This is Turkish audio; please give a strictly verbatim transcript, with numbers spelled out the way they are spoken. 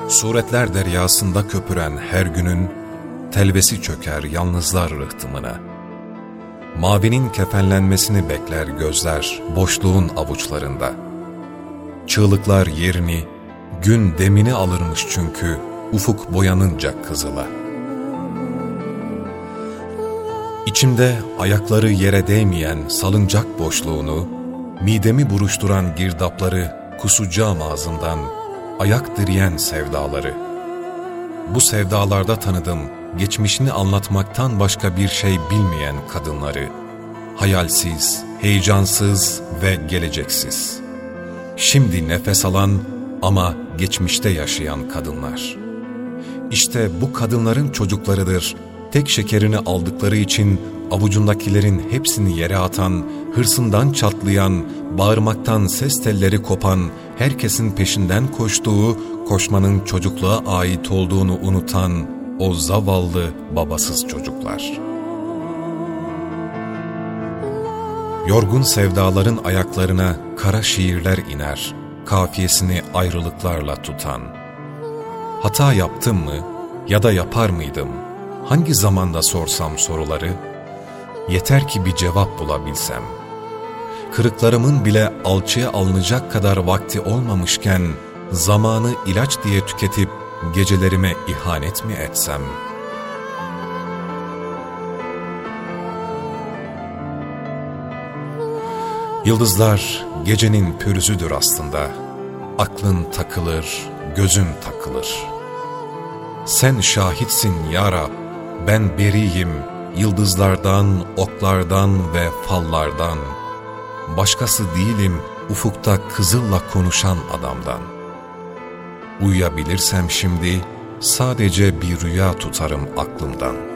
Suretler deryasında köpüren her günün telvesi çöker yalnızlar rıhtımına. Mavinin kefenlenmesini bekler gözler boşluğun avuçlarında. Çığlıklar yerini, gün demini alırmış çünkü ufuk boyanınca kızıla. İçimde ayakları yere değmeyen salıncak boşluğunu, midemi buruşturan girdapları kusacağım ağzından, ayak direyen sevdaları. Bu sevdalarda tanıdım geçmişini anlatmaktan başka bir şey bilmeyen kadınları. Hayalsiz, heyecansız ve geleceksiz. Şimdi nefes alan ama geçmişte yaşayan kadınlar. İşte bu kadınların çocuklarıdır. Tek şekerini aldıkları için avucundakilerin hepsini yere atan, hırsından çatlayan, bağırmaktan ses telleri kopan, herkesin peşinden koştuğu, koşmanın çocukluğa ait olduğunu unutan o zavallı babasız çocuklar. Yorgun sevdaların ayaklarına kara şiirler iner, kafiyesini ayrılıklarla tutan. Hata yaptım mı ya da yapar mıydım? Hangi zamanda sorsam soruları, yeter ki bir cevap bulabilsem. Kırıklarımın bile alçıya alınacak kadar vakti olmamışken, zamanı ilaç diye tüketip gecelerime ihanet mi etsem? Yıldızlar gecenin pürüzüdür aslında. Aklın takılır, gözün takılır. Sen şahitsin ya Rab, ben beriyim yıldızlardan, oklardan ve fallardan. Başkası değilim ufukta kızılla konuşan adamdan. Uyuyabilirsem şimdi sadece bir rüya tutarım aklımdan.